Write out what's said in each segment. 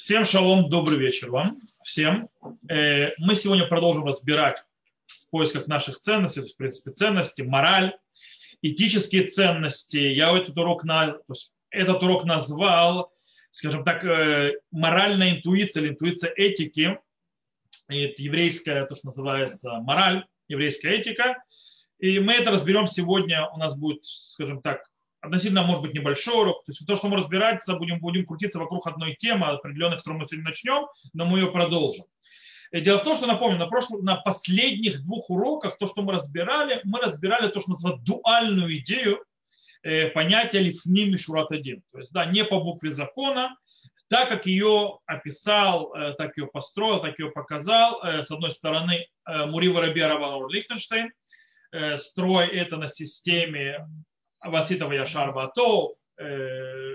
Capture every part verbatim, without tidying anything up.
Всем шалом, добрый вечер вам всем. Э, Мы сегодня продолжим разбирать в поисках наших ценностей, то есть, в принципе, ценности, мораль, этические ценности. Я этот урок, на, то есть, этот урок назвал, скажем так, э, моральная интуиция или интуиция этики. И это еврейская, то, что называется мораль, еврейская этика. И мы это разберем сегодня. У нас будет, скажем так, относительно, может быть, небольшой урок. То есть то, что мы разбираться, будем, будем крутиться вокруг одной темы, определенной, которую мы сегодня начнем, но мы ее продолжим. И дело в том, что, напомню, на, прошлых, на последних двух уроках, то, что мы разбирали, мы разбирали то, что называют дуальную идею э, понятия лифним мишурат один. То есть, да, не по букве закона, так как ее описал, э, так ее построил, так ее показал, э, с одной стороны, э, Мурива Раби Раван Лихтенштейн, э, строй это на системе Васитова Яшар Батов, э,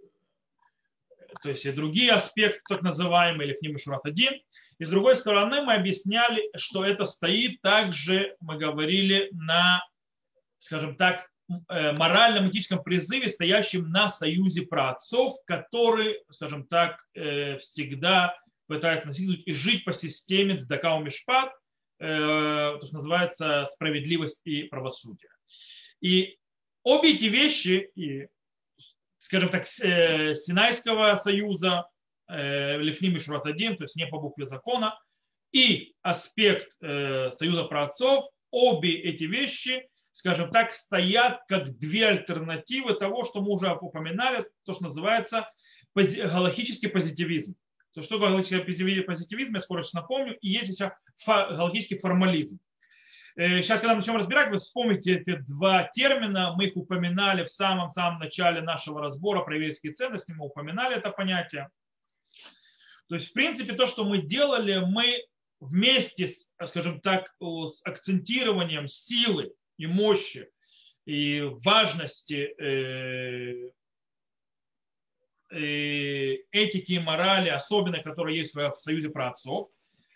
то есть и другие аспекты, так называемые, или Фним Шурат один. И с другой стороны, мы объясняли, что это стоит также, мы говорили, на, скажем так, моральном этическом призыве, стоящем на союзе праотцов, который, скажем так, всегда пытается настигнуть и жить по системе Цдака Умишпат, то, что называется справедливость и правосудие. И обе эти вещи, и, скажем так, Синайского союза, Лифним Мишурат один, то есть не по букве закона, и аспект союза праотцов, обе эти вещи, скажем так, стоят как две альтернативы того, что мы уже упоминали, то, что называется галахический позитивизм. То, что такое галахический позитивизм, я скоро напомню, и есть еще галахический формализм. Сейчас, когда мы начнем разбирать, вы вспомните эти два термина, мы их упоминали в самом-самом начале нашего разбора про еврейские ценности, мы упоминали это понятие. То есть, в принципе, то, что мы делали, мы вместе, с, скажем так, с акцентированием силы и мощи и важности этики и морали, особенно, которые есть в союзе праотцов,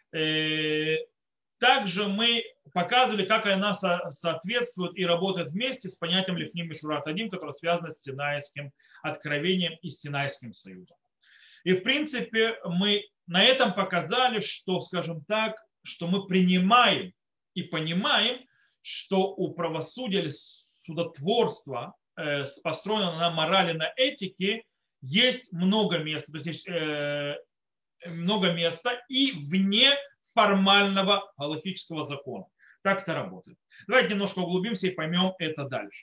также мы показывали, как она соответствует и работает вместе с понятием Лифним Мишурат один, которое связано с Синайским откровением и Синайским союзом. И в принципе мы на этом показали, что, скажем так, что мы принимаем и понимаем, что у правосудия или судотворства, построенного на морали, на этике, есть много места, то есть есть много места и вне формального галахического закона. Так это работает. Давайте немножко углубимся и поймем это дальше.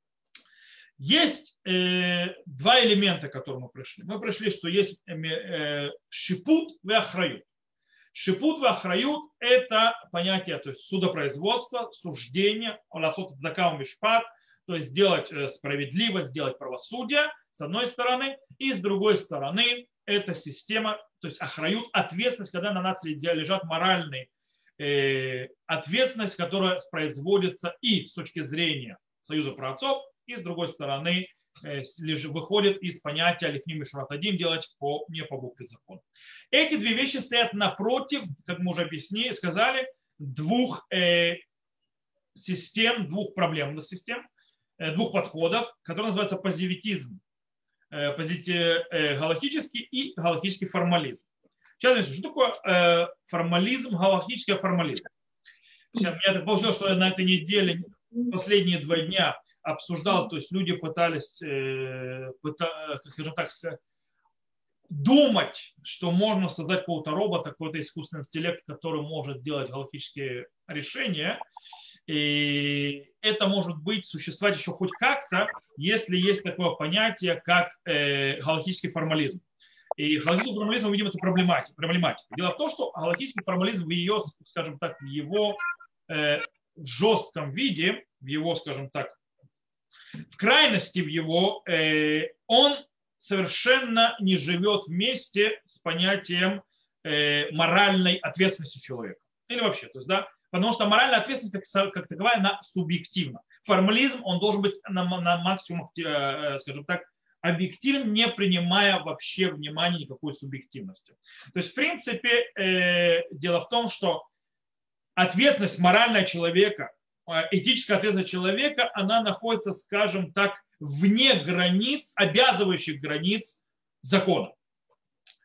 Есть э, два элемента, к которым мы пришли. Мы пришли, что есть э, шипут и ахрают. Шипут и ахрают – это понятие, то есть судопроизводство, суждение, оласот цдака умишпат, то есть сделать справедливость, сделать правосудие, с одной стороны, и с другой стороны, это система, то есть ахрают, ответственность, когда на нас лежат моральные э, ответственность, которая производится и с точки зрения союза праотцов, и с другой стороны э, выходит из понятия Лифним Мишурат один, делать по, не по букве закона. Эти две вещи стоят напротив, как мы уже объяснили, сказали, двух э, систем, двух проблемных систем, э, двух подходов, которые называются позитивизм. Позитив, э, галахический и галахический формализм. Сейчас, что такое э, формализм, галахический формализм? Сейчас, у меня так получилось, что я на этой неделе, последние два дня обсуждал, то есть люди пытались, э, пыта, скажем так, думать, что можно создать какого-то робота, какой-то искусственный интеллект, который может делать галахические решения. И это может быть существовать еще хоть как-то, если есть такое понятие, как э, галахический формализм. И галахический формализм, мы видим эту проблематику. проблематику. Дело в том, что галахический формализм в ее, скажем так, в его э, в жестком виде, в его, скажем так, в крайности в его, э, он совершенно не живет вместе с понятием э, моральной ответственности человека. Или вообще, то есть, да, потому что моральная ответственность как, как таковая, она субъективна. Формализм, он должен быть на, на максимум, скажем так, объективен, не принимая вообще внимания никакой субъективности. То есть, в принципе, э, дело в том, что ответственность моральная человека, этическая ответственность человека, она находится, скажем так, вне границ, обязывающих границ закона.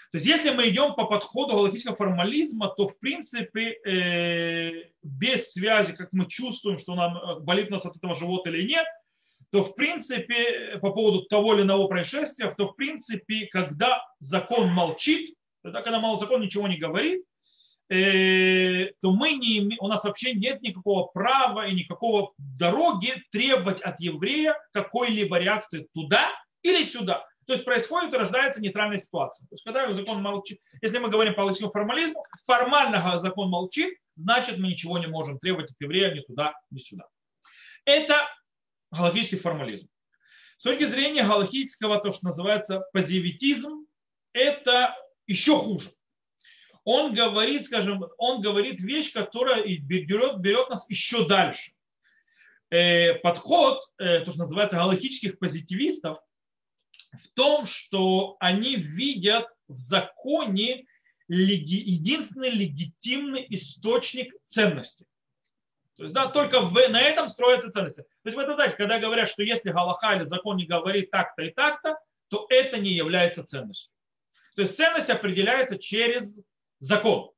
То есть если мы идем по подходу галактического формализма, то в принципе э, без связи, как мы чувствуем, что нам болит у нас от этого живот или нет, то в принципе по поводу того или иного происшествия, то в принципе, когда закон молчит, тогда, когда закон ничего не говорит, э, то мы не име... у нас вообще нет никакого права и никакого дороги требовать от еврея какой-либо реакции туда или сюда. То есть происходит и рождается нейтральная ситуация. То есть когда закон молчит, если мы говорим по логическому формализму, формально закон молчит, значит мы ничего не можем требовать от еврея ни туда, ни сюда. Это галахический формализм. С точки зрения галахического, то, что называется позитивизм, это еще хуже. Он говорит, скажем, он говорит вещь, которая берет, берет нас еще дальше. Подход, то, что называется галахических позитивистов, в том, что они видят в законе единственный легитимный источник ценности. То есть, да, только в, на этом строятся ценности. То есть, вы это знаете, когда говорят, что если галаха или закон не говорит так-то и так-то, то это не является ценностью. То есть, ценность определяется через закон.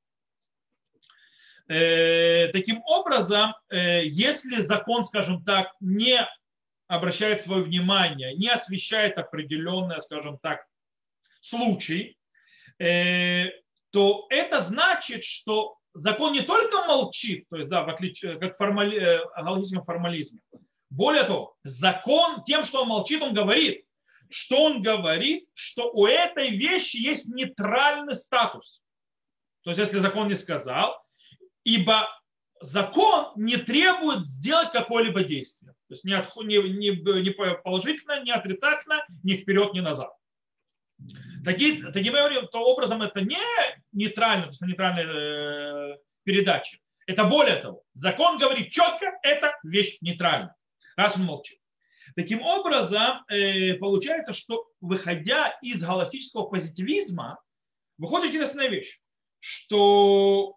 Э, таким образом, э, если закон, скажем так, не обращает свое внимание, не освещает определенный, скажем так, случай, э, то это значит, что закон не только молчит, то есть, да, в отличие, как в формали, галактическом формализме. Более того, закон тем, что он молчит, он говорит, что он говорит, что у этой вещи есть нейтральный статус. То есть, если закон не сказал, ибо закон не требует сделать какое-либо действие. То есть, ни, ни, ни положительно, ни отрицательно, ни вперед, ни назад. Таким, таким образом, это не нейтрально, то есть нейтральная э, передача. Это более того, закон говорит четко, это вещь нейтральная, раз он молчит. Таким образом, э, получается, что выходя из галактического позитивизма, выходит интересная вещь, что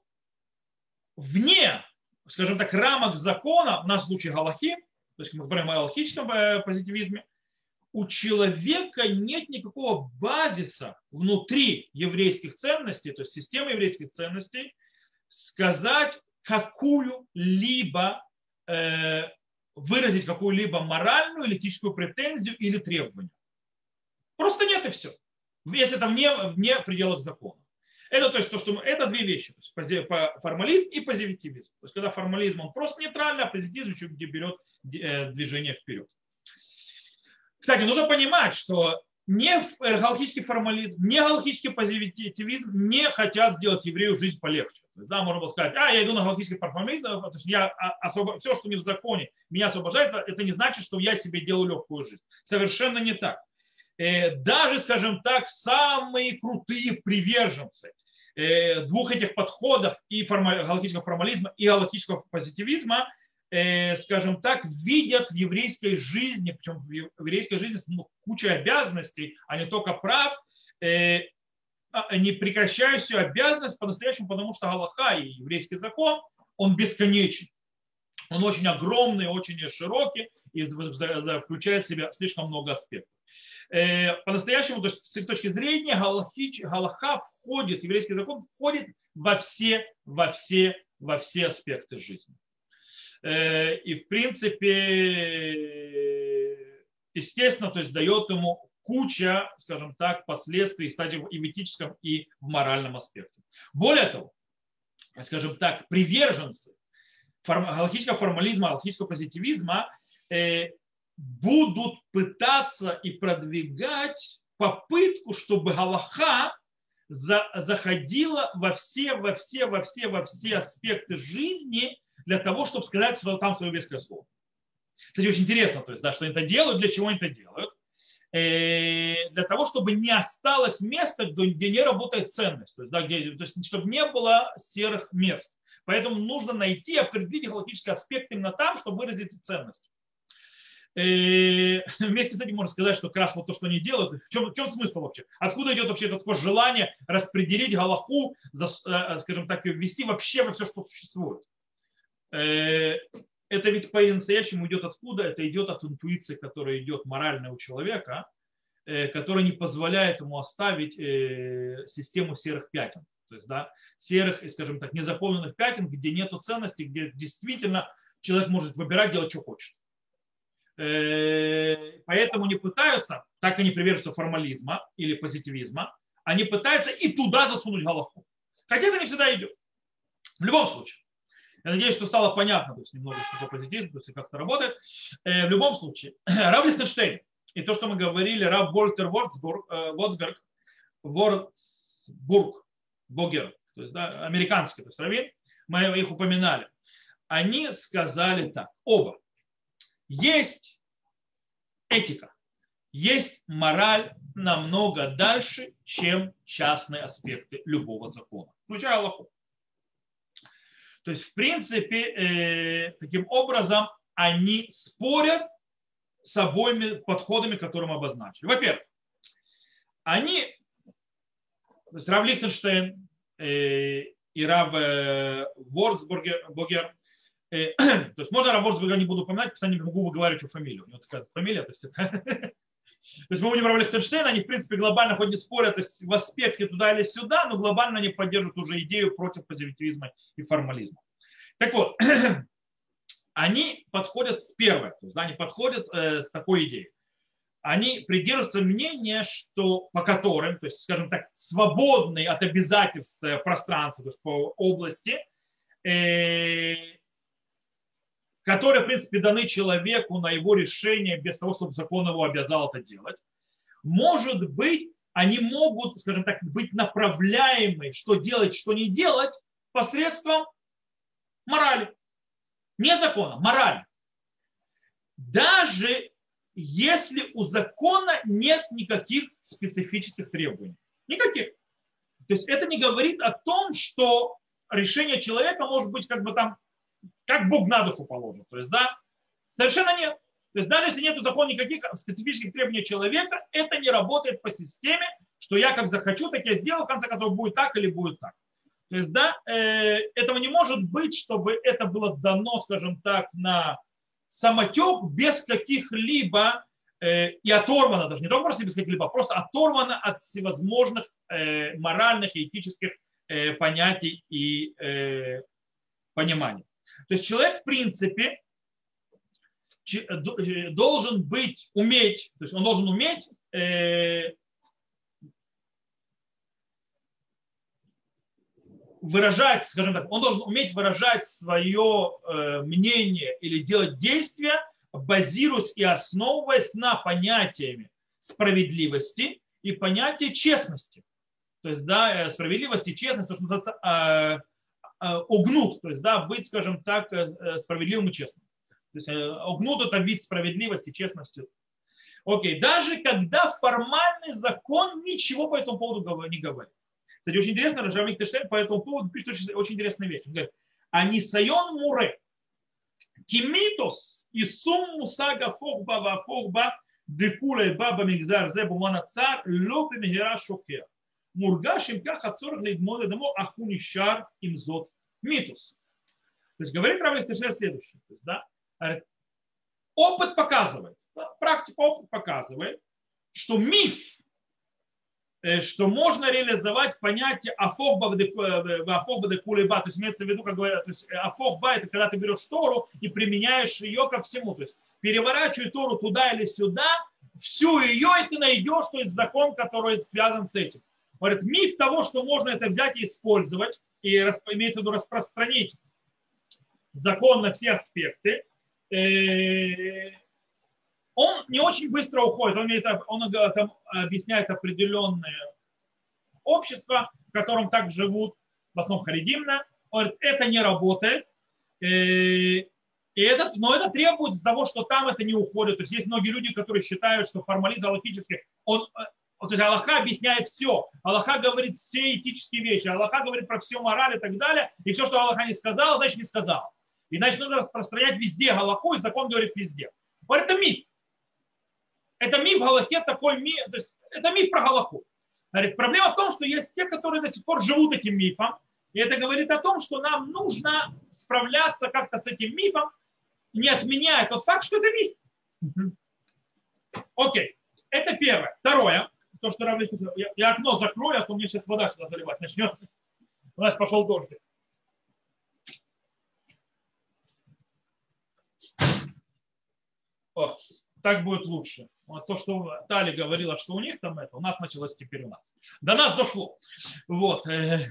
вне, скажем так, рамок закона, в нашем случае галахи, то есть мы говорим о галактическом э, позитивизме, у человека нет никакого базиса внутри еврейских ценностей, то есть системы еврейских ценностей, сказать какую-либо, э, выразить какую-либо моральную или этическую претензию или требование. Просто нет и все. Если это вне, вне пределов закона. Это, то есть, то, что мы, это две вещи. То есть, формализм и позитивизм. То есть, когда формализм он просто нейтральный, а позитивизм еще где берет движение вперед. Кстати, нужно понимать, что не галактический формализм, не галактический позитивизм не хотят сделать еврею жизнь полегче. То есть, да, можно было сказать, а, я иду на галактический формализм, то есть я особ... все, что не в законе, меня освобождает, это не значит, что я себе делаю легкую жизнь. Совершенно не так. Даже, скажем так, самые крутые приверженцы двух этих подходов, и галактического формализма, и галактического позитивизма, скажем так, видят в еврейской жизни, причем в еврейской жизни ну, куча обязанностей, а не только прав, непрекращающую обязанность по-настоящему, потому что галаха и еврейский закон, он бесконечен. Он очень огромный, очень широкий и включает в себя слишком много аспектов. По-настоящему, то есть с их точки зрения, галаха входит, еврейский закон входит во все, во все, во все аспекты жизни. И в принципе, естественно, то есть дает ему куча, скажем так, последствий, кстати, и в этическом, и в моральном аспекте. Более того, скажем так, приверженцы галактического формализма, галактического позитивизма будут пытаться и продвигать попытку, чтобы галаха заходила во все, во все, во все, во все аспекты жизни для того, чтобы сказать, что там свое веское слово. Кстати, очень интересно, то есть, да, что они это делают, для чего они это делают. Для того, чтобы не осталось места, где не работает ценность, то есть, да, где, то есть чтобы не было серых мест. Поэтому нужно найти, определить галактический аспект именно там, чтобы выразить ценность. И вместе с этим можно сказать, что как раз вот то, что они делают, в чем, в чем смысл вообще? Откуда идет вообще это такое желание распределить галаху, скажем так, ввести вообще во все, что существует? Это ведь по-настоящему идет откуда? Это идет от интуиции, которая идет моральная у человека, который не позволяет ему оставить систему серых пятен. То есть, да, серых, скажем так, незаполненных пятен, где нет ценности, где действительно человек может выбирать, делать, что хочет. Поэтому не пытаются, так они приверженцы формализма или позитивизма, они пытаются и туда засунуть галаху. Хотя это не всегда идет. В любом случае. Я надеюсь, что стало понятно, то есть немного, что такое позитивизм, то есть как это работает. В любом случае, Рав Лихтенштейн и то, что мы говорили, Рав Вольтер Ворцбург, Ворцберг, Ворцбург, Богер, то есть да, американский, то есть раввин, мы их упоминали. Они сказали так, оба. Есть этика, есть мораль намного дальше, чем частные аспекты любого закона, включая Аллаху. То есть, в принципе, э, таким образом они спорят с обоими подходами, которые мы обозначили. Во-первых, они, то есть Рав Лихтенштейн э, и Рав э, Ворцбургер, э, то есть можно Рав Ворцбургера не буду упоминать, потому что не могу выговаривать его фамилию. У него такая фамилия, то есть это... То есть мы будем Рав Лихтенштейна, они, в принципе, глобально хоть не спорят то есть в аспекте туда или сюда, но глобально они поддерживают уже идею против позитивизма и формализма. Так вот, они подходят с первой, то есть да, они подходят э, с такой идеей. Они придерживаются мнения, что, по которым, то есть, скажем так, свободный от обязательств пространства, то есть по области, э, которые, в принципе, даны человеку на его решение без того, чтобы закон его обязал это делать. Может быть, они могут, скажем так, быть направляемы, что делать, что не делать, посредством морали. Не закона, морали. Даже если у закона нет никаких специфических требований. Никаких. То есть это не говорит о том, что решение человека может быть как бы там как Бог на душу положит. То есть, да, совершенно нет. То есть, даже если нет у закона никаких специфических требований человека, это не работает по системе, что я как захочу, так я сделаю, в конце концов, будет так или будет так. То есть, да, э, этого не может быть, чтобы это было дано, скажем так, на самотек без каких-либо э, и оторвано, даже не только просто без каких-либо, просто оторвано от всевозможных э, моральных и этических э, понятий и э, пониманий. То есть человек, в принципе, должен быть, уметь, то есть он должен уметь э, выражать, скажем так, он должен уметь выражать свое э, мнение или делать действия, базируясь и основываясь на понятиями справедливости и понятии честности. То есть, да, справедливость и честность, то, что называется э, огнут, то есть, да, быть, скажем так, справедливым и честным. То есть огнут – это вид справедливости, честности. Окей, даже когда формальный закон ничего по этому поводу не говорит. Кстати, очень интересно, Рав Лихтенштейн по этому поводу пишет очень, очень интересную вещь. Он говорит, анисайон муре, кимитос и сум мусага фохба ва фохба декуле баба мигзар зе бумана цар лопе мегера шокер. Мургаш им каха цорг лейдмоде демо ахунишар им зот митус. То есть говорит Рав Лихтенштейн следующее. То есть, да, опыт показывает, практика опыт показывает, что миф, что можно реализовать понятие афохба де кулеба, то есть имеется в виду, как говорят, то есть афохба это когда ты берешь Тору и применяешь ее ко всему, то есть переворачивай Тору туда или сюда, всю ее и ты найдешь, то есть закон, который связан с этим. Говорит, миф того, что можно это взять и использовать, и имеется в виду распространить закон на все аспекты, он не очень быстро уходит. Он, это, он там объясняет определенные общества, в котором так живут, в основном харидимно. Он говорит, это не работает. И это, но это требует того, что там это не уходит. То есть есть многие люди, которые считают, что формализм аллахический, он, то есть Аллаха объясняет все. Аллаха говорит все этические вещи. Аллаха говорит про всю мораль и так далее. И все, что Аллаха не сказал, значит не сказал. И значит нужно распространять везде Аллаху, и закон говорит везде. Вот это миф. Это миф в Галахе, такой миф, то есть это миф про Галаху. Говорит, проблема в том, что есть те, которые до сих пор живут этим мифом. И это говорит о том, что нам нужно справляться как-то с этим мифом, не отменяя тот факт, что это миф. Окей. это первое. Второе, то, что Рав Лихтер, я, я окно закрою, а то мне сейчас вода сюда заливать начнет. У нас пошел дождь. О, так будет лучше. Вот то, что Тали говорила, что у них там это, у нас началось теперь у нас. До нас дошло. Вот.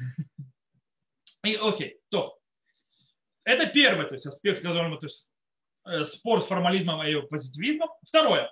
И окей, то. Это первый, то есть, аспект, с которым мы, то есть, спор с формализмом и позитивизмом. Второе.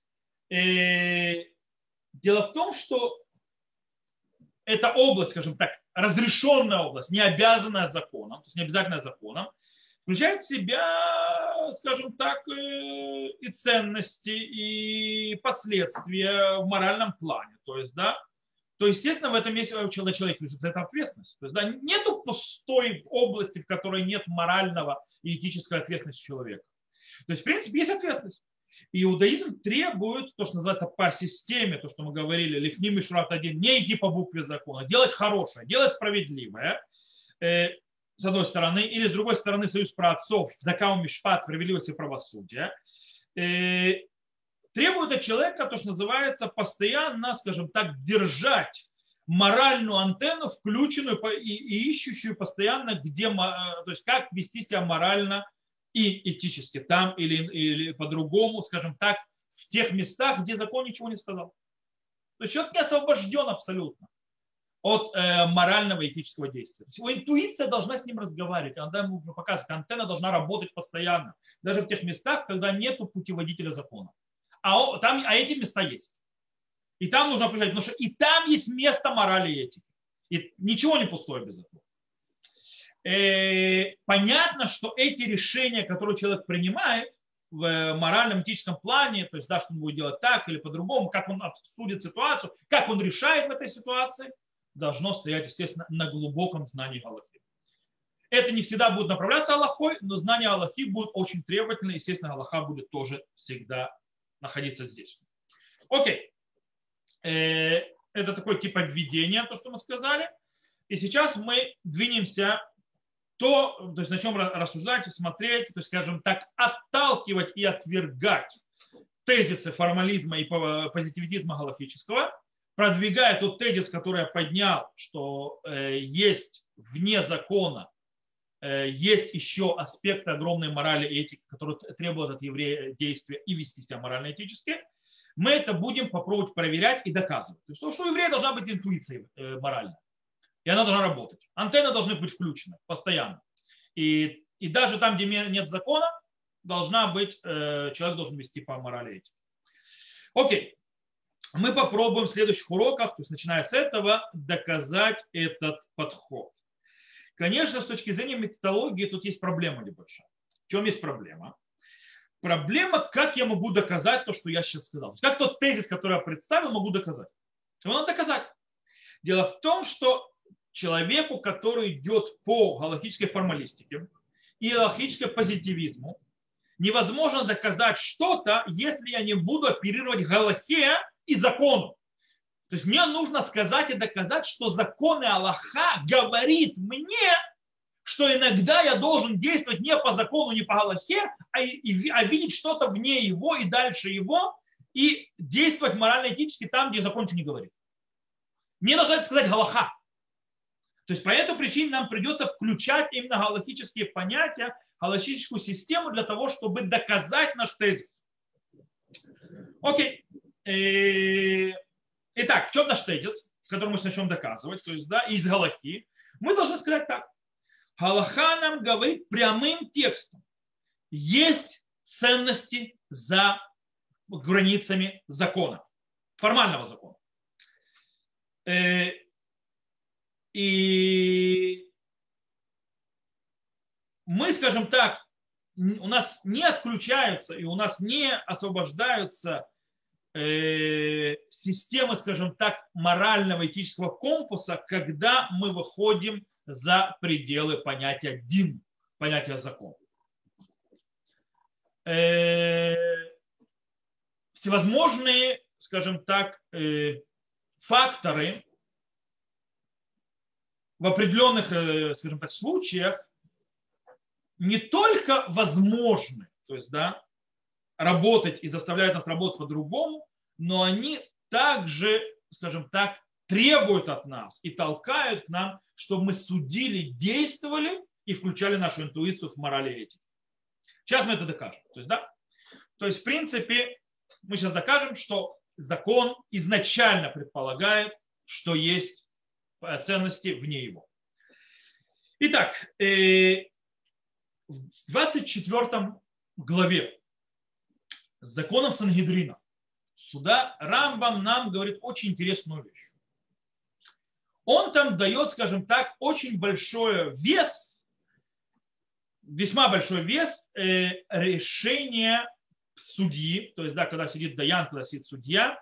Дело в том, что эта область, скажем так, разрешенная область, не обязанная законом, то есть не обязательная законом, включает в себя, скажем так, и ценности, и последствия в моральном плане. То есть, да, то, естественно, в этом месте человек лежит за это ответственность. То есть, да, нету пустой области, в которой нет морального и этической ответственности человека. То есть, в принципе, есть ответственность. И иудаизм требует то, что называется по системе, то, что мы говорили, лифним и шурат один, не идти по букве закона, делать хорошее, делать справедливое, э, с одной стороны, или с другой стороны союз праотцов, закаум мишпат, справедливость и правосудие, э, требует от человека то, что называется постоянно, скажем так, держать моральную антенну, включенную и, и ищущую постоянно, где, то есть как вести себя морально и этически там или, или по-другому, скажем так, в тех местах, где закон ничего не сказал. То есть человек не освобожден абсолютно от э, морального и этического действия. Его интуиция должна с ним разговаривать, она ему показывает, антенна должна работать постоянно, даже в тех местах, когда нет путеводителя закона. А, там, а эти места есть. И там нужно включать, потому что и там есть место морали и этики. И ничего не пустое без этого. Понятно, что эти решения, которые человек принимает в моральном, этическом плане, то есть, да, что он будет делать так или по-другому, как он обсудит ситуацию, как он решает в этой ситуации, должно стоять, естественно, на глубоком знании галахи. Это не всегда будет направляться аллахой, но знание аллахи будет очень требовательно, естественно, аллаха будет тоже всегда находиться здесь. Окей. Это такой тип введения, то, что мы сказали. И сейчас мы двинемся то, то есть на чем рассуждать, смотреть, то есть, скажем так, отталкивать и отвергать тезисы формализма и позитивизма галахического, продвигая тот тезис, который я поднял, что э, есть вне закона, э, есть еще аспекты огромной морали и этики, которые требуют от еврея действия и вести себя морально-этически, мы это будем попробовать проверять и доказывать. То есть, то, что у еврея должна быть интуиция э, моральная. И она должна работать. Антенны должны быть включены постоянно. И, и даже там, где нет закона, должна быть, э, человек должен вести по морали и этике. Окей. Мы попробуем в следующих уроках, то есть начиная с этого, доказать этот подход. Конечно, с точки зрения методологии тут есть проблема небольшая. В чем есть проблема? Проблема, как я могу доказать то, что я сейчас сказал. То есть как тот тезис, который я представил, могу доказать. Его надо доказать. Дело в том, что человеку, который идет по галахической формалистике и галахическому позитивизму, невозможно доказать что-то, если я не буду оперировать галахе и закону. То есть мне нужно сказать и доказать, что закон и Аллаха говорит мне, что иногда я должен действовать не по закону, не по галахе, а, и, а видеть что-то вне его и дальше его, и действовать морально-этически там, где закон ничего не говорит. Мне должно это сказать галаха. То есть по этой причине нам придется включать именно галахические понятия, галахическую систему для того, чтобы доказать наш тезис. Окей. Итак, в чем наш тезис, который мы начнем доказывать, то есть, да, из галахи? Мы должны сказать так. Галаха нам говорит прямым текстом. Есть ценности за границами закона, формального закона. И мы, скажем так, у нас не отключаются и у нас не освобождаются э, системы, скажем так, морального этического компаса, когда мы выходим за пределы понятия дин, понятия закона. Э, всевозможные, скажем так, э, факторы в определенных, скажем так, случаях не только возможны, то есть, да, работать и заставляют нас работать по-другому, но они также, скажем так, требуют от нас и толкают к нам, чтобы мы судили, действовали и включали нашу интуицию в морали и этике. Сейчас мы это докажем. То есть, да? То есть, в принципе, мы сейчас докажем, что закон изначально предполагает, что есть ценности вне его. Итак, в двадцать четвёртой главе законов Сангедрина сюда Рамбам нам говорит очень интересную вещь. Он там дает, скажем так, очень большой вес, весьма большой вес решения судьи, то есть, да, когда сидит даян, когда сидит судья,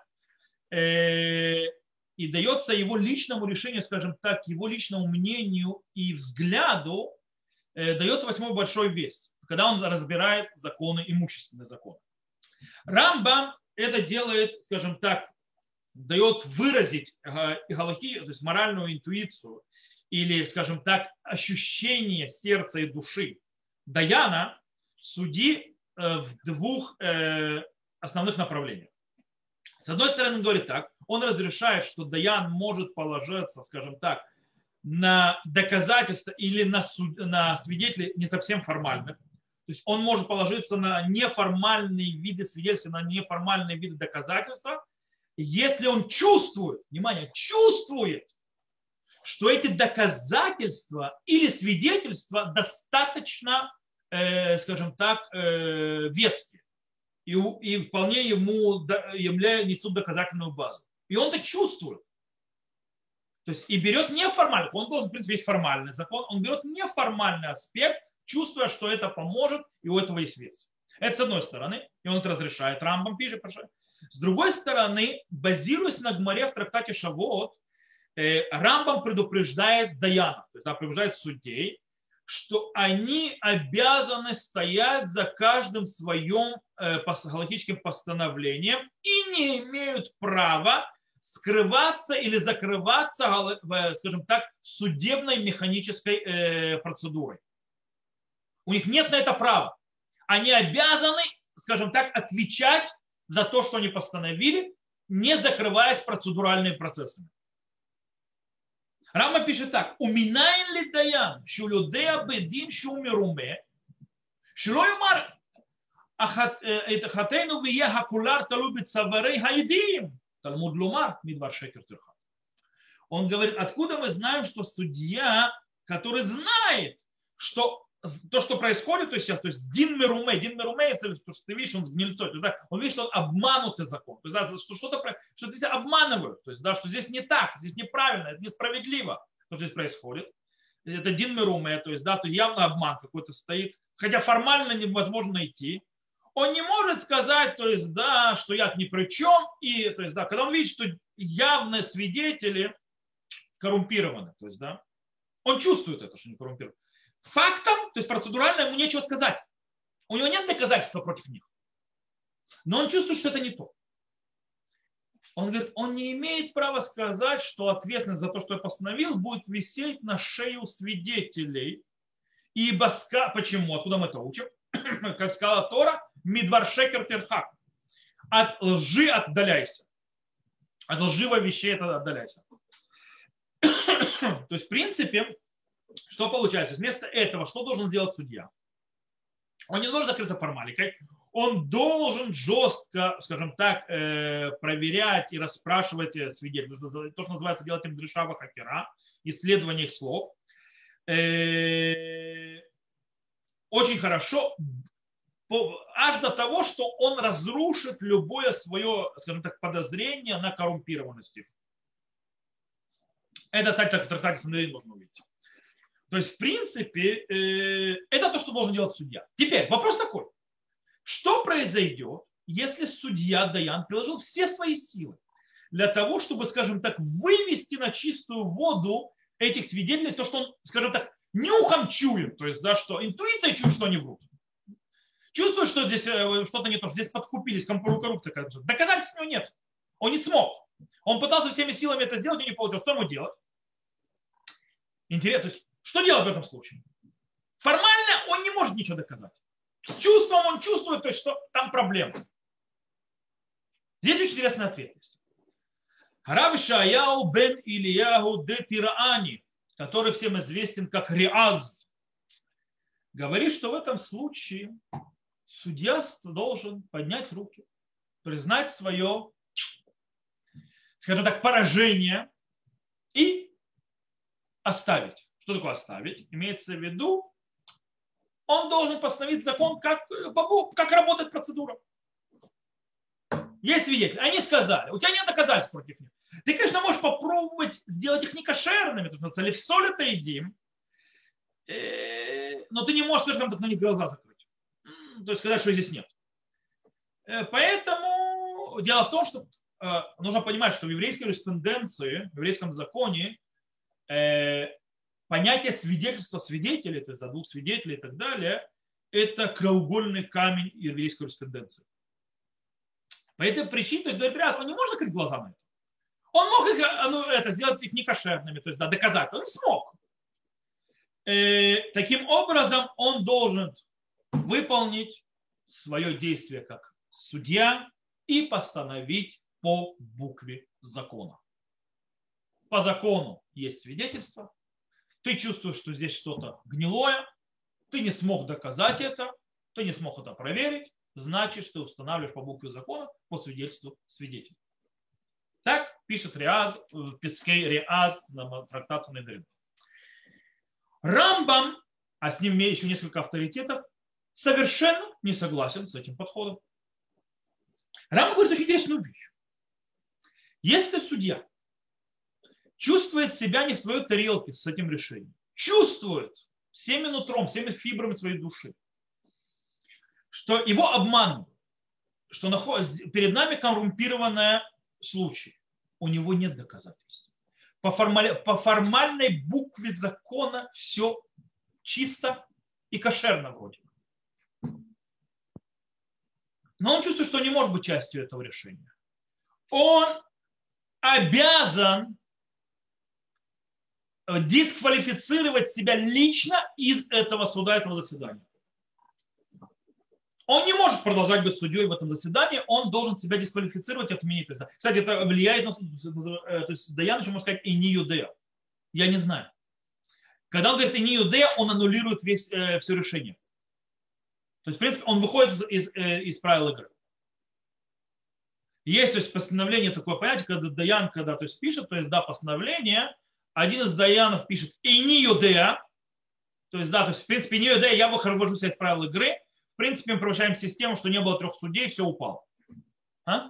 и дается его личному решению, скажем так, его личному мнению и взгляду, дается восьмой большой вес, когда он разбирает законы, имущественные законы. Рамбам это делает, скажем так, дает выразить галахи, то есть моральную интуицию или, скажем так, ощущение сердца и души даяна, судьи в двух основных направлениях. С одной стороны, он говорит так, он разрешает, что даян может положиться, скажем так, на доказательства или на, суд, на свидетелей не совсем формальных. То есть он может положиться на неформальные виды свидетельства, на неформальные виды доказательства, если он чувствует, внимание, чувствует, что эти доказательства или свидетельства достаточно, э, скажем так, э, веские и, и вполне ему являют, несут доказательную базу. И он это чувствует. То есть и берет неформальный, он должен, в принципе, есть формальный закон, он берет неформальный аспект, чувствуя, что это поможет, и у этого есть вес. Это с одной стороны, и он это разрешает, Рамбам пишет. С другой стороны, базируясь на Гмаре в трактате Шавот, Рамбам предупреждает даянов, то есть да, предупреждает судей, что они обязаны стоять за каждым своим галахическим постановлением и не имеют права скрываться или закрываться, скажем так, судебной механической процедурой. У них нет на это права. Они обязаны, скажем так, отвечать за то, что они постановили, не закрываясь процедуральными процессами. Рама пишет так. Уминайн ли даян, шулюдея бедин шумируме, шило юмар хатейну вие хакулар талубит саварей хайдим. Талмуд лумар мидвар шекер тирха. Он говорит, откуда мы знаем, что судья, который знает, что то, что происходит, то есть сейчас, то есть дин меруме, дин меруме, это что ты видишь, он с гнильцой, то есть, да, он видит, что он обманутый закон, то есть, да, что что-то, что здесь обманывают, то есть, да, что здесь не так, здесь неправильно, это несправедливо, что здесь происходит. Это дин меруме, то есть, да, то явно обман какой-то стоит, хотя формально невозможно найти. Он не может сказать, то есть, да, что я ни при чем, и, то есть, да, когда он видит, что явные свидетели коррумпированы, то есть, да, он чувствует это, что они коррумпированы. Фактом, то есть процедурально ему нечего сказать. У него нет доказательства против них. Но он чувствует, что это не то. Он говорит, он не имеет права сказать, что ответственность за то, что я постановил, будет висеть на шею свидетелей. Ибо, почему? Откуда мы это учим? Как сказала Тора, мидвар шекер терхак. От лжи отдаляйся. От лживой вещей отдаляйся. То есть, в принципе, что получается? Вместо этого, что должен сделать судья? Он не должен закрыться формаликой. Он должен жестко, скажем так, проверять и расспрашивать свидетелей. То, что называется делать им дрешава хакера, исследование их слов. Очень хорошо, аж до того, что он разрушит любое свое, скажем так, подозрение на коррумпированность. Это, кстати, в трактате Сандрин можно увидеть. То есть, в принципе, это то, что должен делать судья. Теперь вопрос такой. Что произойдет, если судья Даян приложил все свои силы для того, чтобы, скажем так, вывести на чистую воду этих свидетелей, то, что он, скажем так, нюхом чует, то есть, да, что интуиция чует, что они врут. Чувствует, что здесь что-то не то, что здесь подкупились, коррупция. Доказательств у него нет. Он не смог. Он пытался всеми силами это сделать, но не получилось. Что ему делать? Интересно. Что делать в этом случае? Формально он не может ничего доказать. С чувством он чувствует, то есть, что там проблема. Здесь очень интересный ответ есть. Рав Ишаяу бен Ильяху де Тираани, который всем известен как Риаз, говорит, что в этом случае судья должен поднять руки, признать свое, скажем так, поражение и оставить. Что такое оставить? Имеется в виду, он должен постановить закон, как, как работает процедура. Есть свидетели. Они сказали, у тебя нет доказательств против них. Ты, конечно, можешь попробовать сделать их некошерными, то есть в соль это едим, но ты не можешь, скажем так, на них глаза закрыть. То есть сказать, что здесь нет. Поэтому дело в том, что нужно понимать, что в еврейской юриспруденции, в еврейском законе понятие свидетельства свидетелей, то есть за двух свидетелей и так далее, это краеугольный камень еврейской юриспруденции. По этой причине, то есть говорит, раз, он не может закрыть глаза на это. Он мог их, ну, это, сделать их некошерными, то есть да, доказать. Он смог. Э, таким образом, он должен выполнить свое действие как судья и постановить по букве закона. По закону есть свидетельство. Ты чувствуешь, что здесь что-то гнилое. Ты не смог доказать это. Ты не смог это проверить. Значит, ты устанавливаешь по букве закона по свидетельству свидетеля. Так пишет Риаз, в Пескей Риаз на трактации Недрим. Рамбам, а с ним еще несколько авторитетов, совершенно не согласен с этим подходом. Рамбам говорит очень интересную вещь. Если судья чувствует себя не в своей тарелке с этим решением, чувствует всеми нутром, всеми фибрами своей души, что его обманывают, что перед нами коррумпированный случай, у него нет доказательств. По, формаль... по формальной букве закона все чисто и кошерно вроде. Но он чувствует, что не может быть частью этого решения. Он обязан дисквалифицировать себя лично из этого суда, этого заседания. Он не может продолжать быть судьей в этом заседании, он должен себя дисквалифицировать и отменить. Кстати, это влияет на... То есть Даян еще можно сказать и не юдея. Я не знаю. Когда он говорит и не юдея, он аннулирует весь, э, все решение. То есть, в принципе, он выходит из, э, из правил игры. Есть, то есть, постановление, такое понятие, когда Даян, когда то есть, пишет, то есть, да, постановление, один из Даянов пишет и не юдея, то есть, да, то есть, в принципе, не юдея, я выхожу себя из правил игры. В принципе, мы превращаем систему, что не было трех судей, все упало. А?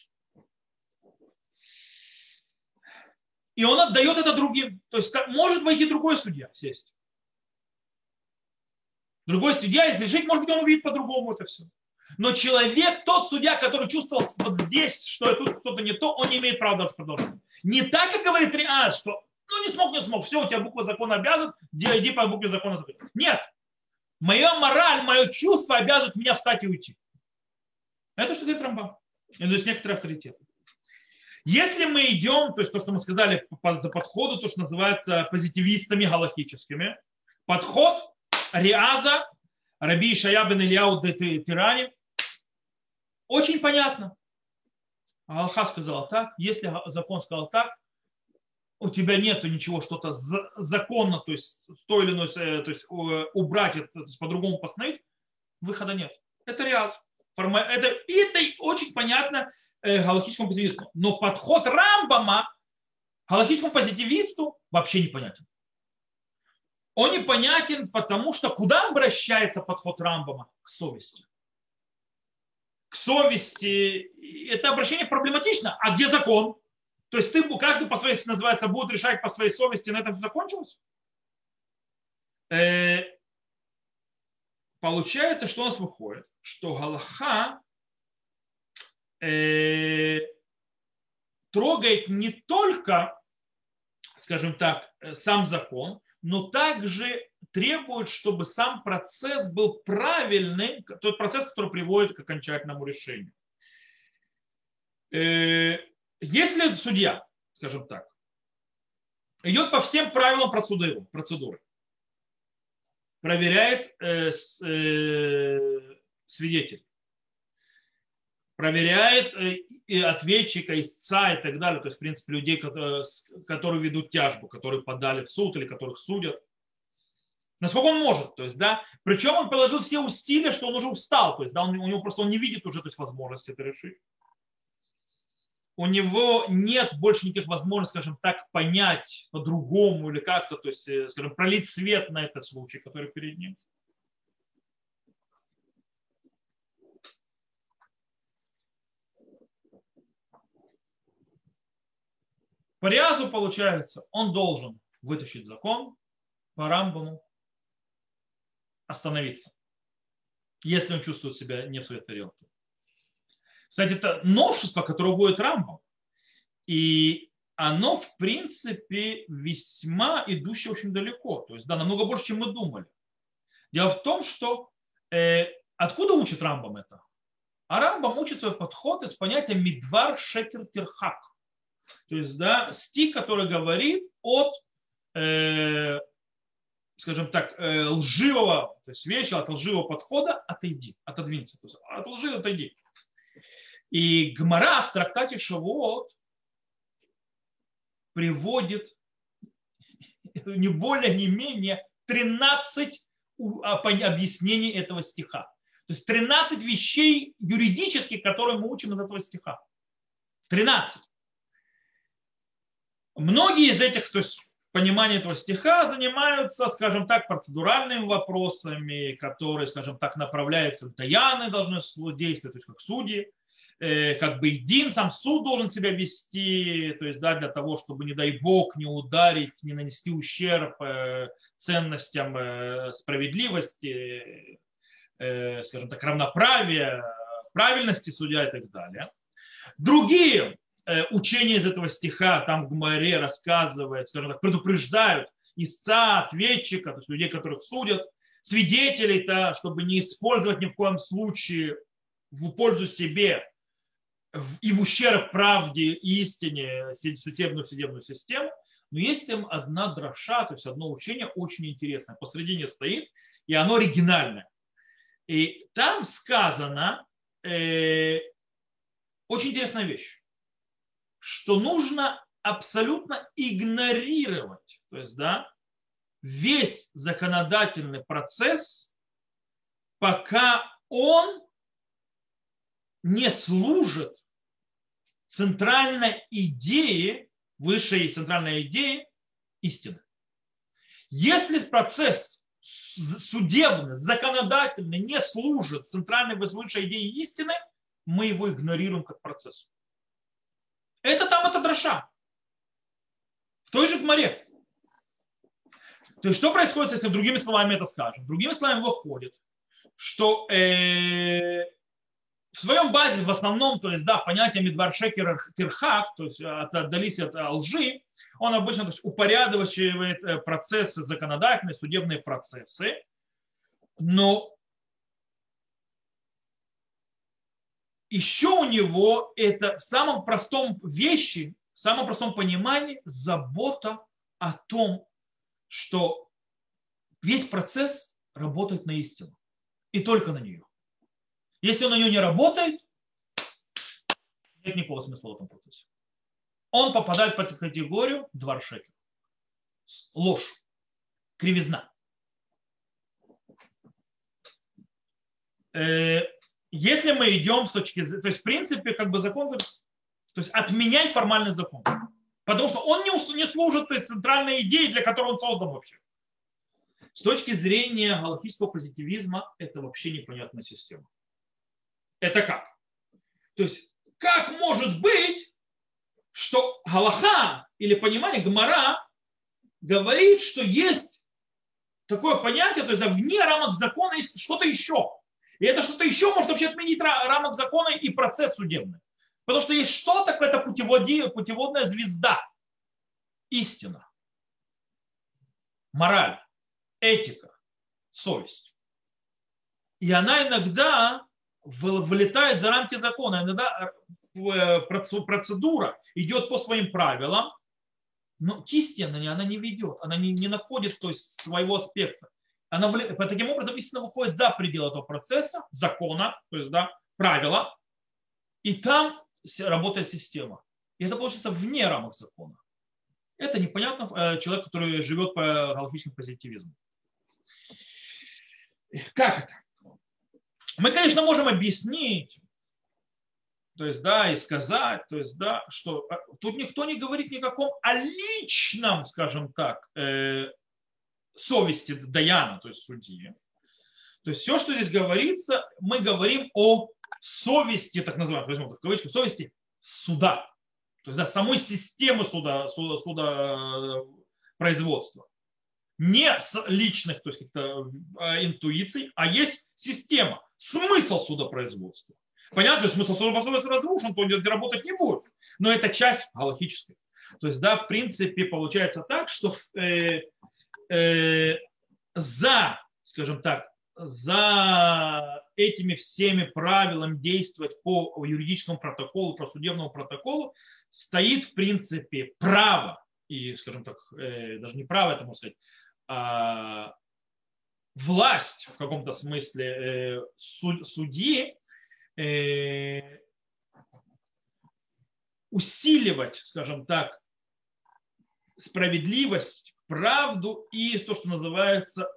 И он отдает это другим. То есть может войти другой судья, сесть. Другой судья, если жить, может быть, он увидит по-другому это все. Но человек, тот судья, который чувствовал вот здесь, что тут что-то не то, он не имеет права даже продолжать. Не так, как говорит Риаз, что ну не смог, не смог, все, у тебя буква закона обязан, иди по букве закона. Нет. Моя мораль, мое чувство обязывает меня встать и уйти. Это что говорит Рамбам. То есть некоторые авторитеты. Если мы идем, то есть то, что мы сказали за подходу, то, что называется позитивистами галахическими, подход Риаза, Раби Ишая бен Ильяу де Тирани, очень понятно. Галаха сказала так, если закон сказал так, у тебя нет ничего, что-то законно, то есть то или иное, то есть убрать это, то есть по-другому постановить, выхода нет. Это Риаз. Это, это очень понятно э, галахическому позитивисту. Но подход Рамбама галахическому позитивисту вообще непонятен. Он непонятен, потому что куда обращается подход Рамбама? К совести. К совести. Это обращение проблематично. А где закон? То есть ты, каждый по своей, называется, будет решать по своей совести, на этом все закончилось? Э, получается, что у нас выходит, что галаха э, трогает не только, скажем так, сам закон, но также требует, чтобы сам процесс был правильный, тот процесс, который приводит к окончательному решению. Э, Если судья, скажем так, идет по всем правилам процедуры, процедуры проверяет э, с, э, свидетель, проверяет и ответчика, истца и так далее. То есть, в принципе, людей, которые ведут тяжбу, которые подали в суд или которых судят. Насколько он может. То есть, да, причем он приложил все усилия, что он уже устал. То есть, да, он, у него просто он не видит уже то есть, возможности это решить. У него нет больше никаких возможностей, скажем так, понять по-другому или как-то, то есть, скажем, пролить свет на этот случай, который перед ним. По Риазу получается, он должен вытащить закон, по Рамбаму остановиться, если он чувствует себя не в своей тарелке. Кстати, это новшество, которое будет Рамбам. И оно, в принципе, весьма идущее очень далеко. То есть, да, намного больше, чем мы думали. Дело в том, что э, откуда учит Рамбам это? А Рамбам учит свой подход из понятия мидвар шекер тирхак. То есть, да, стих, который говорит от, э, скажем так, э, лживого, то есть вещи, от лживого подхода отойди, отодвинься. То есть, от лжи отойди. И Гмара в трактате Шавуот приводит не более, не менее тринадцать объяснений этого стиха. То есть тринадцать вещей юридических, которые мы учим из этого стиха. тринадцать. Многие из этих, то есть понимания этого стиха занимаются, скажем так, процедуральными вопросами, которые, скажем так, направляют, как даяны должны действовать, то есть как судьи, как бы Дин, сам суд должен себя вести, то есть да, для того, чтобы, не дай бог, не ударить, не нанести ущерб ценностям справедливости, скажем так, равноправия, правильности судья и так далее. Другие учения из этого стиха, там в Гмаре рассказывают, скажем так, предупреждают истца, ответчика, то есть людей, которых судят, свидетелей, -то, чтобы не использовать ни в коем случае в пользу себе и в ущерб правде, истине, судебную судебную систему. Но есть там одна дроша, то есть одно учение очень интересное. Посредине стоит, и оно оригинальное. И там сказано э, очень интересная вещь, что нужно абсолютно игнорировать, то есть, да, весь законодательный процесс, пока он не служит центральной идее, высшей центральной идее истины. Если процесс судебный, законодательный не служит центральной высшей идее истины, мы его игнорируем как процесс. Это там, это дроша. В той же Гмаре. То есть что происходит, если другими словами это скажем? Другими словами выходит, что э, в своем базе в основном, то есть, да, понятие мидвар шекер тирхак, то есть отдались от лжи, он обычно то есть, упорядочивает процессы законодательные, судебные процессы, но еще у него это в самом простом вещи, в самом простом понимании забота о том, что весь процесс работает на истину. И только на нее. Если он на нее не работает, нет никакого смысла в этом процессе. Он попадает под категорию двар шекер. Ложь. Кривизна. Если мы идем с точки зрения, то есть в принципе как бы закон, то есть отменяй формальный закон. Потому что он не, не служит то есть, центральной идее, для которой он создан вообще. С точки зрения галахического позитивизма это вообще непонятная система. Это как? То есть как может быть, что галаха или понимание Гмара говорит, что есть такое понятие, то есть да, вне рамок закона есть что-то еще. И это что-то еще может вообще отменить рамок закона и процесс судебный. Потому что есть что-то, какая-то путеводная звезда. Истина. Мораль. Этика. Совесть. И она иногда вылетает за рамки закона. Иногда процедура идет по своим правилам, но к истине она не ведет. Она не, не находит то есть, своего аспекта. Она, таким образом, истина выходит за пределы этого процесса, закона, то есть да, правила, и там работает система. И это получится вне рамок закона. Это непонятно человек, который живет по галактическому позитивизму. Как это? Мы, конечно, можем объяснить, то есть, да, и сказать, то есть, да, что тут никто не говорит никаком о личном, скажем так, э, совести даяна, то есть судьи. То есть все, что здесь говорится, мы говорим о совести, так называемой, возьмем в кавычки, совести суда. То есть, да, самой системы суда, суда, суда производства. Не с личных, то есть, как-то интуиций, а есть система, смысл судопроизводства. Понятно, что смысл судопроизводства разрушен, то он работать не будет. Но это часть галактической. То есть, да, в принципе, получается так, что э, э, за, скажем так, за этими всеми правилами действовать по юридическому протоколу, по судебному протоколу стоит, в принципе, право, и, скажем так, даже не право, это можно сказать, а власть в каком-то смысле судьи усиливать, скажем так, справедливость, правду и то, что называется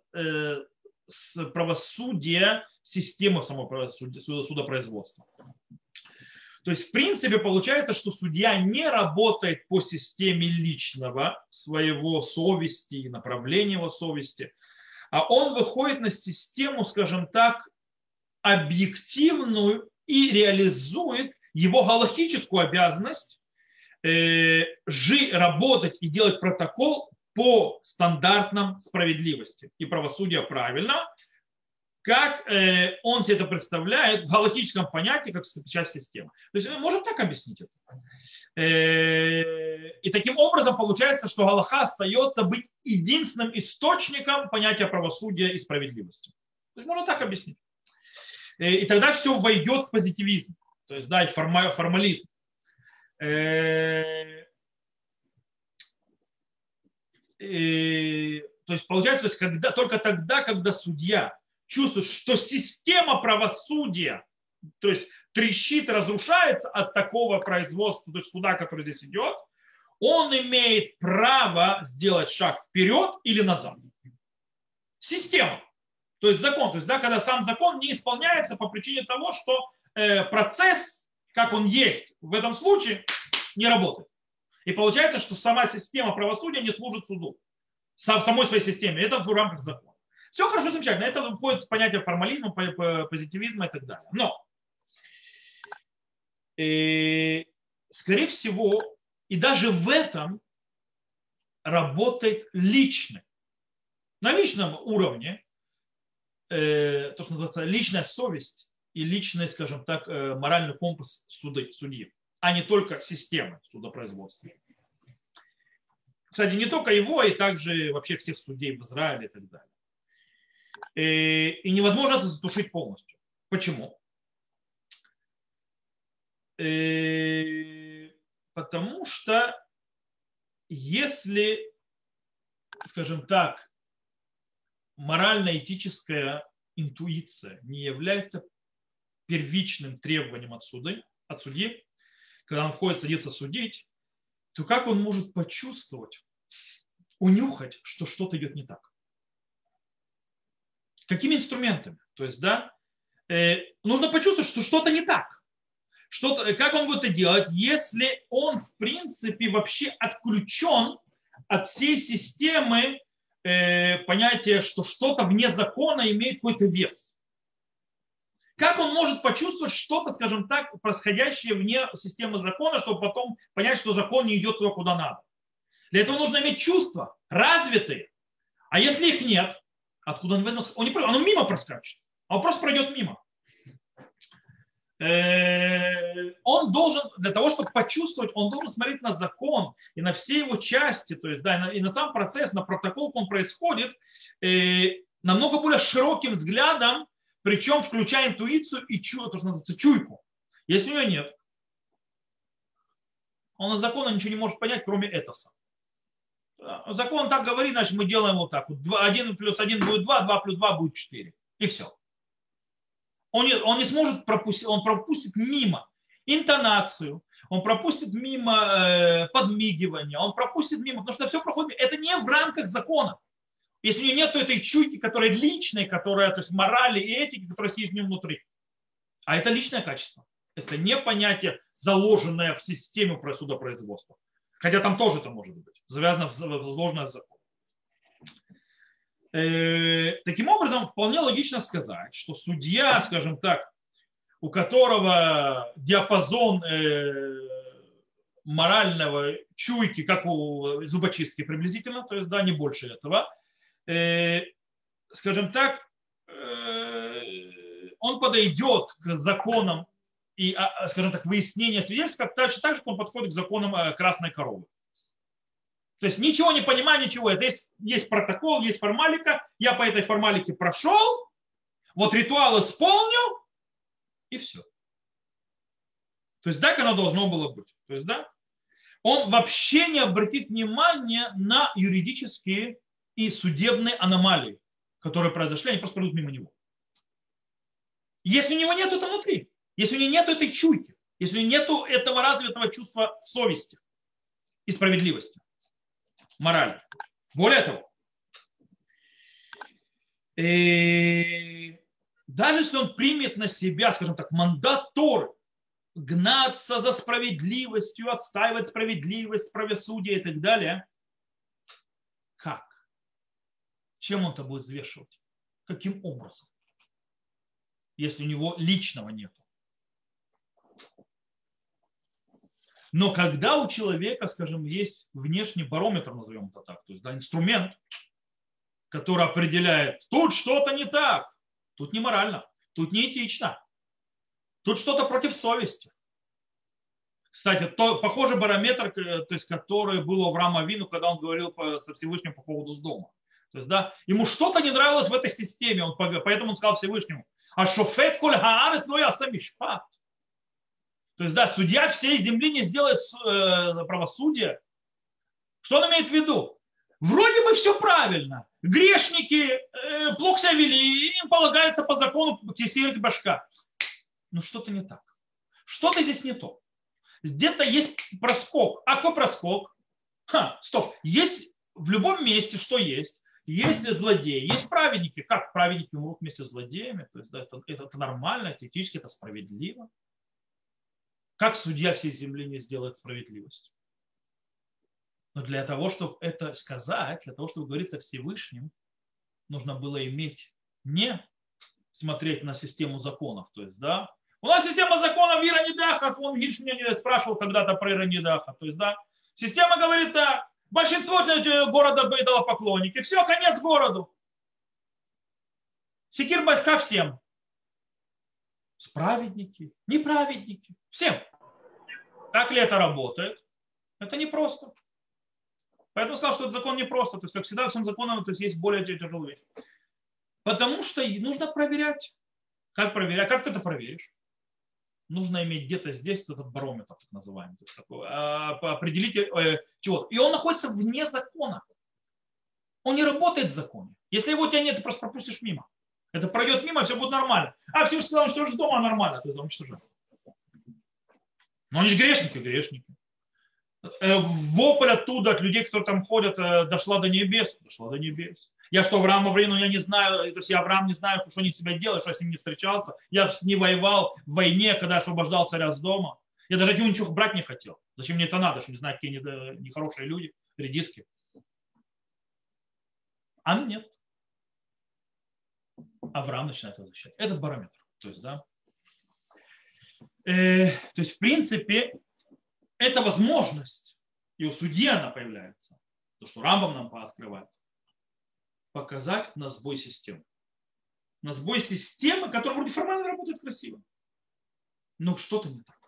правосудие, системы самого судопроизводства. То есть, в принципе, получается, что судья не работает по системе личного своего совести и направления его совести, а он выходит на систему, скажем так, объективную и реализует его галактическую обязанность э, жи, работать и делать протокол по стандартам справедливости и правосудия правильно, как э, он себе это представляет в галактическом понятии, как часть системы. То есть мы можем так объяснить это. Э, и таким образом получается, что галаха остается быть единственным источником понятия правосудия и справедливости. То есть можно так объяснить. Э, и тогда все войдет в позитивизм, то есть да, формализм. Э, э, то есть получается, то есть, когда, только тогда, когда судья чувствует, что система правосудия, то есть трещит, разрушается от такого производства, то есть суда, который здесь идет, он имеет право сделать шаг вперед или назад. Система, то есть закон, то есть да, когда сам закон не исполняется по причине того, что э, процесс, как он есть в этом случае, не работает. И получается, что сама система правосудия не служит суду, самой своей системе. Это в рамках закона. Все хорошо, замечательно. Это входит в понятие формализма, позитивизма и так далее. Но, э, скорее всего, и даже в этом работает личный. На личном уровне, э, то, что называется личная совесть и личный, скажем так, э, моральный компас суды, судьи, а не только системы судопроизводства. Кстати, не только его, и также вообще всех судей в Израиле и так далее. И невозможно это затушить полностью. Почему? Потому что если, скажем так, морально-этическая интуиция не является первичным требованием от, суды, от судьи, когда он входит, садится судить, то как он может почувствовать, унюхать, что что-то идет не так? Какими инструментами? То есть, да, э, нужно почувствовать, что что-то не так. Что-то, как он будет это делать, если он, в принципе, вообще отключен от всей системы э, понятия, что что-то вне закона имеет какой-то вес? Как он может почувствовать что-то, скажем так, происходящее вне системы закона, чтобы потом понять, что закон не идет туда, куда надо? Для этого нужно иметь чувства развитые. А если их нет, откуда он возьмет? Он, не, он мимо проскачет. А он просто пройдет мимо. Он должен, для того, чтобы почувствовать, он должен смотреть на закон и на все его части, то есть, да, и, на, и на сам процесс, на протокол, как он происходит, намного более широким взглядом, причем включая интуицию и чу, то, что называется, чуйку. Если у него нет, он от закона ничего не может понять, кроме этоса. Закон так говорит, значит, мы делаем вот так. один плюс один будет два, два плюс два будет четыре. И все. Он не, он не сможет пропустить, он пропустит мимо. интонацию, он пропустит мимо э, подмигивания, он пропустит мимо, потому что все проходит, это не в рамках закона. Если у него нет этой чуйки, которая личной, которая, то есть морали и этики, которая сидит в нем внутри. А это личное качество. Это не понятие, заложенное в системе судопроизводства. Хотя там тоже это может быть. Завязано в заложенное в закон. Э, таким образом, вполне логично сказать, что судья, скажем так, у которого диапазон э, морального чуйки, как у зубочистки приблизительно, то есть да, не больше этого, э, скажем так, э, он подойдет к законам и, скажем так, выяснения свидетельств, как так, так же, как он подходит к законам красной коровы. То есть ничего не понимаю, ничего. Это есть, есть протокол, есть формалика. Я по этой формалике прошел, вот ритуал исполнил, и все. То есть так оно должно было быть. То есть, да, он вообще не обратит внимания на юридические и судебные аномалии, которые произошли, они просто пройдут мимо него. Если у него нет этого внутри, если у него нет этой чуйки, если у него нет этого развитого чувства совести и справедливости, морали. Более того, и даже если он примет на себя, скажем так, мандат Торы, гнаться за справедливостью, отстаивать справедливость, правосудие и так далее, как? Чем он это будет взвешивать? Каким образом? Если у него личного нет. Но когда у человека, скажем, есть внешний барометр, назовем это так, то есть да, инструмент, который определяет, тут что-то не так, тут не морально, тут не этично, тут что-то против совести. Кстати, то, похожий барометр, то есть, который был у Авраама Авину, когда он говорил по, со Всевышним по поводу дома. То есть, да, ему что-то не нравилось в этой системе, он, поэтому он сказал Всевышнему, а шофет коль хаарец но я самишпат. То есть, да, судья всей земли не сделает э, правосудие. Что он имеет в виду? Вроде бы все правильно. Грешники э, плохо себя вели, им полагается по закону кисирик башка. Но что-то не так. Что-то здесь не то. Где-то есть проскок. А какой проскок? Ха, стоп. Есть в любом месте, что есть. Есть злодеи, есть праведники. Как праведники умрут вместе с злодеями? То есть, да, это, это, это нормально, это этически, это справедливо. Как судья всей земли не сделает справедливость? Но для того, чтобы это сказать, для того, чтобы говорить со Всевышним, нужно было иметь не смотреть на систему законов. То есть, да, у нас система законов Ира Нидаха, он Гирш меня спрашивал когда-то про Ира Нидаха. То есть, да, система говорит так, большинство города дало поклонники, все, конец городу. Секир башка всем. Справедники, неправедники, всем. Так ли это работает? Это непросто. Поэтому сказал, что этот закон непросто. То есть, как всегда, всем законам то есть, есть более тяжелые вещи. Потому что нужно проверять. Как проверять? Как ты это проверишь? Нужно иметь где-то здесь этот барометр, так называемый. То есть, такой, определить э, чего-то. И он находится вне закона. Он не работает в законе. Если его у тебя нет, ты просто пропустишь мимо. Это пройдет мимо, все будет нормально. А все сказали, что же дома нормально, то есть уничтожаем. Но они же грешники, грешники. Вопль оттуда от людей, которые там ходят, дошла до небес. Дошла до небес. Я что, Авраам Авраину, я не знаю, то есть я Авраам не знаю, что они себя делают, что я с ним не встречался. Я с ним воевал в войне, когда освобождал царя с дома. Я даже от него ничего брать не хотел. Зачем мне это надо, что не знаю, какие нехорошие люди, редиски. А нет. Авраам начинает возвращать. Этот барометр. То есть, да. Э, то есть, в принципе, это возможность, и у судьи она появляется, то, что Рамбам нам пооткрывает, показать на сбой системы. На сбой системы, которая вроде формально работает красиво. Но что-то не так.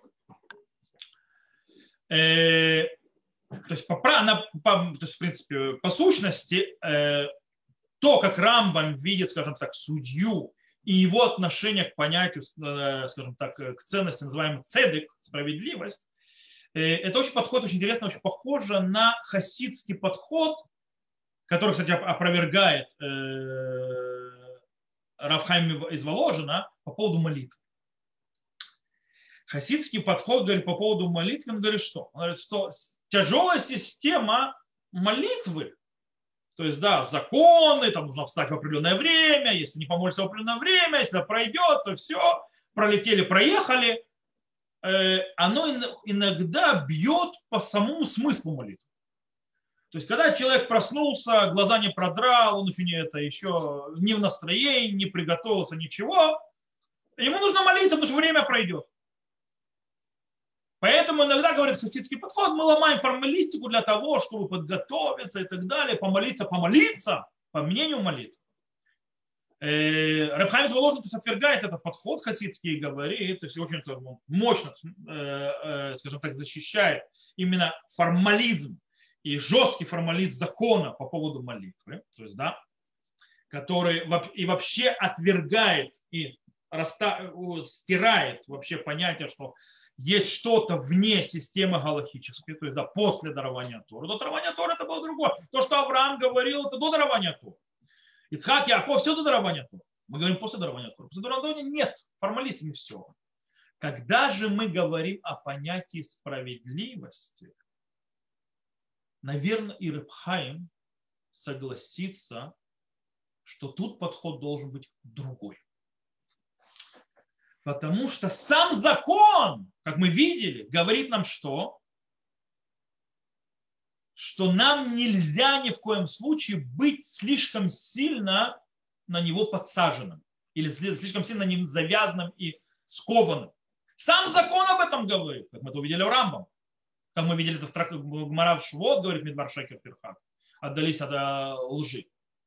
Э, то, есть, по, на, по, то есть, в принципе, по сущности, э, то, как Рамбам видит, скажем так, судью и его отношение к понятию, э, скажем так, к ценности, называемой цедек, справедливость, это очень подход, очень интересно, очень похоже на хасидский подход, который, кстати, опровергает э, Рав Хаим из Воложина по поводу молитвы. хасидский подход говорит по поводу молитвы, он говорит, что? Он говорит, что тяжелая система молитвы, то есть, да, законы, там нужно встать в определенное время, если не помолишься в определенное время, если это пройдет, то все, пролетели, проехали, оно иногда бьет по самому смыслу молитвы. То есть, когда человек проснулся, глаза не продрал, он еще не, это, еще не в настроении, не приготовился, ничего, ему нужно молиться, потому что время пройдет. Поэтому иногда, говорит хасидский подход, мы ломаем формалистику для того, чтобы подготовиться и так далее, помолиться, помолиться, по мнению молитвы. Реб Хаим из Воложина отвергает этот подход хасидский и говорит, то есть очень мощно, скажем так, защищает именно формализм и жесткий формализм закона по поводу молитвы, то есть, да, который и вообще отвергает и раста, стирает вообще понятие, что есть что-то вне системы галахической, то есть, да, после дарования Торы. До дарования Торы это было другое. То, что Авраам говорил, это до дарования Торы. Ицхак, Яков, все до дарования Торы. Мы говорим после дарования Торы. После дарования нет, формализм все. Когда же мы говорим о понятии справедливости, наверное, и Реб Хаим согласится, что тут подход должен быть другой. Потому что сам закон, как мы видели, говорит нам что? Что нам нельзя ни в коем случае быть слишком сильно на него подсаженным или слишком сильно на ним завязанным и скованным. Сам закон об этом говорит, как мы это увидели в Рамбам. Как мы видели это в Гмара в Швот, говорит Мидбар Шекер Пирхат. Отдались от лжи.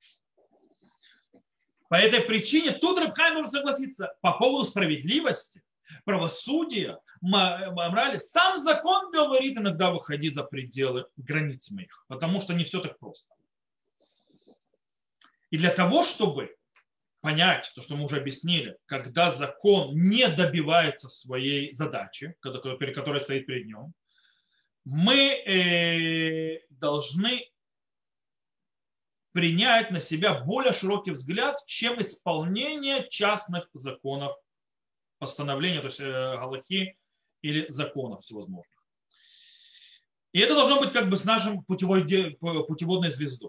По этой причине тут Реб Хаим может согласиться по поводу справедливости, правосудия, морали. Сам закон говорит иногда выходи за пределы границ моих, потому что не все так просто. И для того, чтобы понять то, что мы уже объяснили, когда закон не добивается своей задачи, которая стоит перед ним, мы должны принять на себя более широкий взгляд, чем исполнение частных законов, постановления, то есть галахи или законов всевозможных. И это должно быть как бы с нашим путевой, путеводной звездой.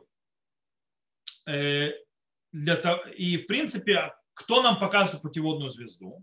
Для того, и в принципе, кто нам показывает путеводную звезду?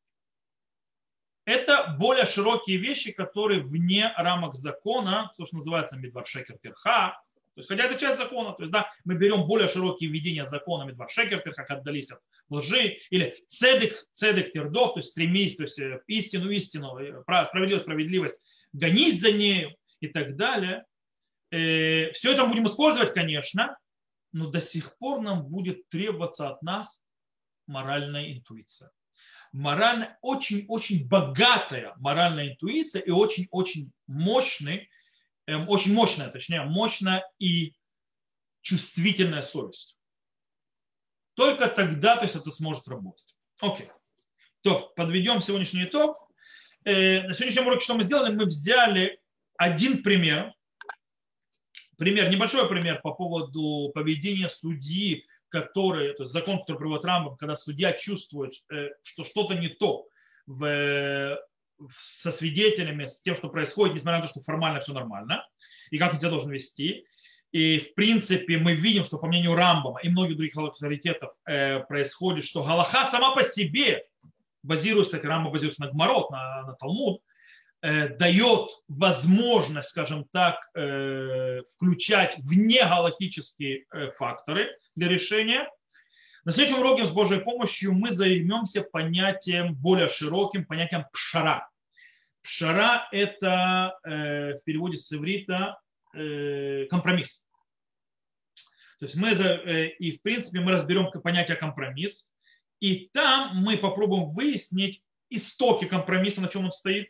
Это более широкие вещи, которые вне рамок закона, то, что называется Мидбар Шекер Тирха. То есть, хотя это часть закона, то есть, да, мы берем более широкие введения закона Мидбар Шекер Тирха, как отдались от лжи, или цедек, цедек тирдов, то есть стремись, то есть истину, истину, справедливость, справедливость, гонись за нею и так далее. Все это будем использовать, конечно, но до сих пор нам будет требоваться от нас моральная интуиция. Моральная, очень-очень богатая моральная интуиция и очень-очень мощный, эм, очень мощная, точнее, мощная и чувствительная совесть. Только тогда, то есть, это сможет работать. Окей. То, подведем сегодняшний итог. Э, на сегодняшнем уроке что мы сделали? Мы взяли один пример. Пример, небольшой пример по поводу поведения судьи, который, то есть закон, который приводит Рамбам, когда судья чувствует, что что-то не то в, со свидетелями, с тем, что происходит, несмотря на то, что формально все нормально, и как он себя должен вести. И в принципе мы видим, что по мнению Рамбама и многих других авторитетов происходит, что галаха сама по себе, базируясь, как Рамбам базируется на Гмарот, на, на Талмуд, дает возможность, скажем так, включать внегалахические факторы для решения. На следующем уроке с Божьей помощью мы займемся понятием более широким, понятием пшара. Пшара – это в переводе с иврита компромисс. То есть мы, и в принципе мы разберем понятие компромисс, и там мы попробуем выяснить истоки компромисса, на чем он стоит,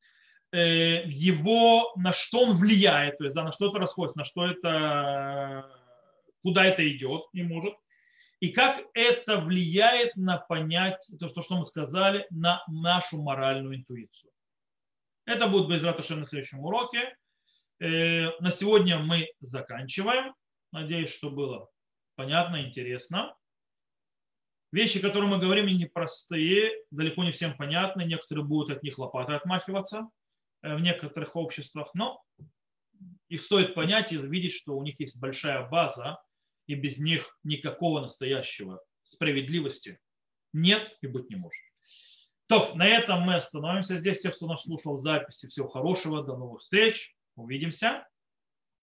его, на что он влияет, то есть да, на что это расходится, на что это, куда это идет и может, и как это влияет на понятие, то, что мы сказали, на нашу моральную интуицию. Это будет Бейзрат Ашем на следующем уроке. На сегодня мы заканчиваем. Надеюсь, что было понятно, интересно. Вещи, которые мы говорим, они непростые, далеко не всем понятны. Некоторые будут от них лопатой отмахиваться в некоторых обществах, но их стоит понять и видеть, что у них есть большая база, и без них никакого настоящего справедливости нет и быть не может. То, на этом мы остановимся здесь. Тех, кто нас слушал в записи, всего хорошего, до новых встреч, увидимся.